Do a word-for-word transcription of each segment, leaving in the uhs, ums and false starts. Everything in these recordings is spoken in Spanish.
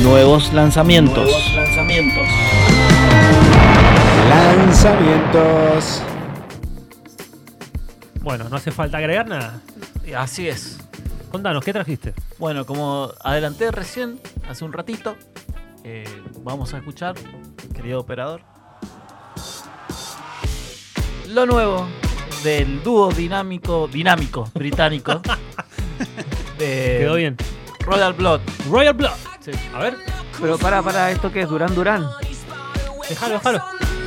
Nuevos lanzamientos. Nuevos lanzamientos. Lanzamientos. Bueno, no hace falta agregar nada. Así es. Contanos, ¿qué trajiste? Bueno, como adelanté recién, hace un ratito, eh, vamos a escuchar, querido operador, lo nuevo del dúo dinámico, dinámico británico. de Quedó bien. Royal Blood. Royal Blood. Sí. A ver, Pero para, para, ¿esto qué es? ¿Durán Durán? déjalo, déjalo.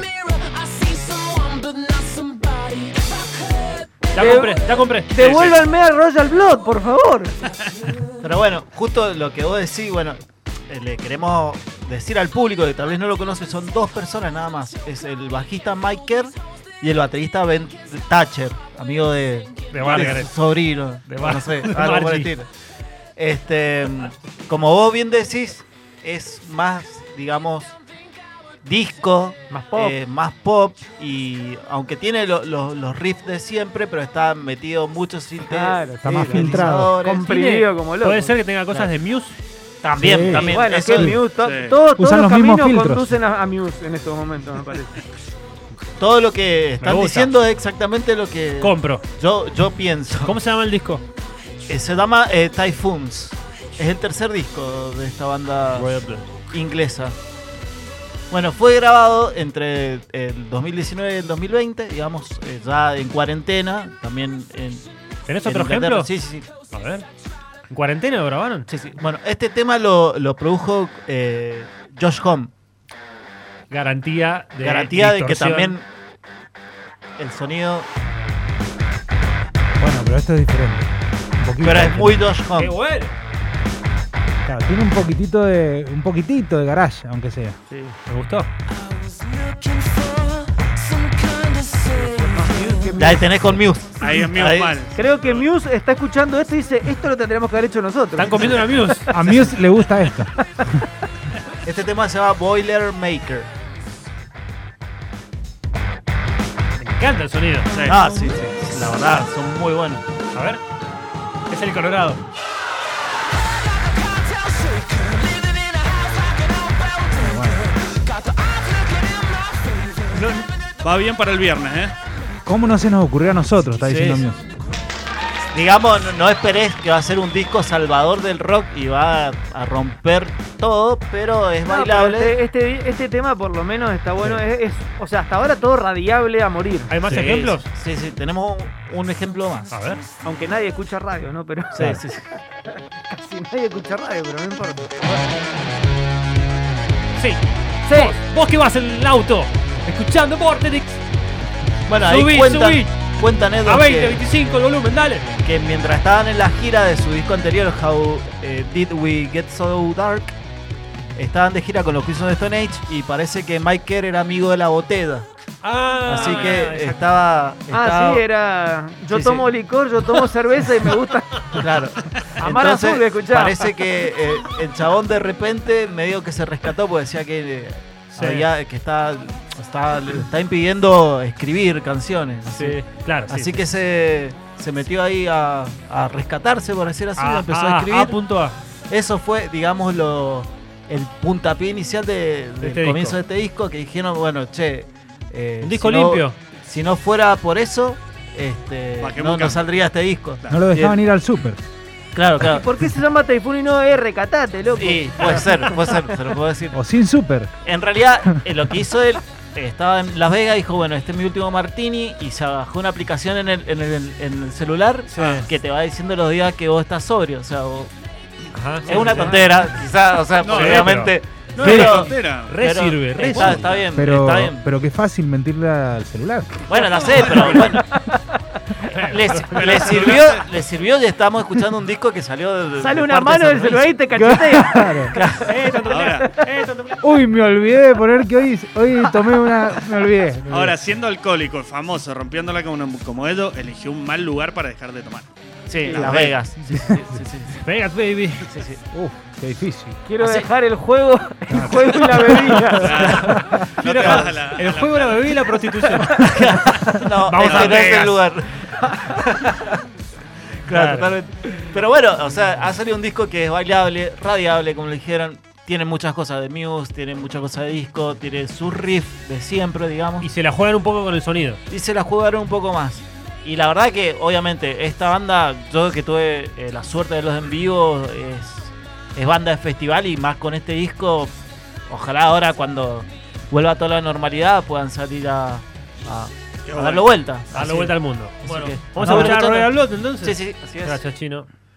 Ya De- compré, ya compré. Devuélvanme al Royal Blood, por favor. Pero bueno, justo lo que vos decís, bueno, eh, le queremos decir al público que tal vez no lo conoce, son dos personas nada más. Es el bajista Mike Kerr y el baterista Ben Thatcher, amigo de, De Margaret. su sobrino, De no Mar- sé, de algo por el Margie. estilo. Este, como vos bien decís, es más, digamos, disco, Más pop. eh, más pop, y aunque tiene lo- lo- los riffs de siempre, pero está metido muchos sinte- Claro, está más filtrado. sintetizadores. Comprimido como loco. Puede ser que tenga cosas de Muse. También, Sí. también. Bueno, es eso- que Muse, to- Sí. todo- todos Usan los los mismos caminos filtros. conducen a, a Muse en estos momentos, me parece. todo lo que están gusta. diciendo es exactamente lo que Compro. yo, yo pienso. ¿Cómo se llama el disco? Eh, Se llama eh, Typhoons. Es el tercer disco de esta banda Royal Blood. inglesa. Bueno, fue grabado entre el dos mil diecinueve y el dos mil veinte, digamos, eh, ya en cuarentena, también en... ¿Tenés en otro Inglaterra. ejemplo? Sí, sí, sí. A ver. ¿En cuarentena lo grabaron? sí, sí. Bueno, este tema lo, lo produjo eh, Josh Homme. Garantía de Garantía de que distorsión. también el sonido... Bueno, pero esto es diferente. Un poquito Pero es diferente. muy Josh ¡Qué Homme. bueno! Claro, tiene un poquitito de un poquitito de garage, aunque sea. Sí, me gustó. Ya tenés con Muse. Ahí es mío Ahí. mal. Creo que Muse está escuchando esto y dice, esto lo tendríamos que haber hecho nosotros. Están comiendo una Muse. A Muse le gusta esto. Este tema se llama Boiler Maker. Me encanta el sonido. Sí. Ah, sí, sí. La verdad, son muy buenos. A ver. Es el Colorado. Va bien para el viernes, ¿eh? ¿Cómo no se nos ocurrió a nosotros? Está Sí, diciendo sí. Muse. Digamos, no, no esperes que va a ser un disco salvador del rock y va a, a romper todo, pero es No, pero bailable. este, este, este tema por lo menos está bueno. Es, es- o sea, hasta ahora todo radiable a morir. ¿Hay más Sí, ejemplos? Sí, sí, tenemos un, un ejemplo más. A ver. Aunque nadie escucha radio, ¿no? Pero Sí, sí, sí. casi nadie escucha radio, pero no importa. Sí. Sí. Vos, vos que vas en el auto, escuchando Vortex. Bueno, ahí Subí, cuentan, subí. cuentan Edu, A veinte, que, veinticinco el volumen, dale. que mientras estaban en la gira de su disco anterior, How eh, Did We Get So Dark, estaban de gira con los Queens of the Stone Age y parece que Mike Kerr era amigo de la botella. Ah, Así que exacto. estaba, Ah, estaba- sí, era. Yo Sí, tomo sí. licor, yo tomo cerveza y me gusta. Claro. Amar Entonces, azul, escuchá. parece que eh, el chabón de repente medio que se rescató porque decía que, eh, Sí. había- que está, está, le está impidiendo escribir canciones. Así, Sí, claro. sí, Así sí. que se, se metió ahí a, a rescatarse, por decir así, Ah, empezó ah, a escribir. A punto A. Eso fue, digamos, lo, el puntapié inicial de- del este comienzo disco. de este disco, que dijeron, bueno, che... eh, Un disco si no- limpio. Si no fuera por eso, este, ¿Pa' qué no, buscan? no saldría este disco. No lo dejaban Bien. ir al súper. Claro, claro. ¿Por qué se llama Typhoon y no R? Catate, loco. Y puede ser, puede ser, se lo puedo decir. O sin súper. En realidad, eh, lo que hizo él, eh, estaba en Las Vegas, dijo, bueno, este es mi último martini, y se bajó una aplicación en el, en el, en el celular que te va diciendo los días que vos estás sobrio. O sea, vos- Ajá, sí, es una sí. tontera, quizás, o sea, No, porque sí, obviamente... No, pero- es tontera. Re pero sirve, re está, sirve. está bien, Pero, está bien. pero qué fácil mentirle al celular. Bueno, lo sé, pero bueno. Le, le sirvió, le sirvió y estamos escuchando un disco que salió de, de- Sale de una parte mano de del San celular Luis. y te cachetea. Claro. Eh, tanto Ahora, eh, tanto Uy, me olvidé de poner que hoy, hoy tomé una. Me olvidé. me olvidé. ahora, siendo alcohólico y famoso, rompiéndola como, como ellos, eligió un mal lugar para dejar de tomar. Sí, Las Las Vegas. Sí, sí, sí, sí, Vegas, baby. sí, sí. Uf, qué difícil. Quiero Así- dejar el juego, el juego y la bebida. No te vas a la, a El la- juego, la bebida y la prostitución. No, Vamos este a no es Vegas. el lugar. Claro, Claro. totalmente. Pero bueno, o sea, ha salido un disco que es bailable, radiable, como le dijeron. tiene muchas cosas de Muse, tiene muchas cosas de disco, tiene su riff de siempre, digamos. Y se la juegan un poco con el sonido. Y se la jugaron un poco más. Y la verdad que, obviamente, esta banda, yo que tuve eh, la suerte de los en vivo, es, es banda de festival y más con este disco, ojalá ahora cuando vuelva toda la normalidad puedan salir a, a, a darle vuelta. Darle Así- vuelta al mundo. así Bueno, que- vamos a Bueno, escuchar muchachos, Royal Blood entonces. Sí, sí, así es. Gracias, Chino.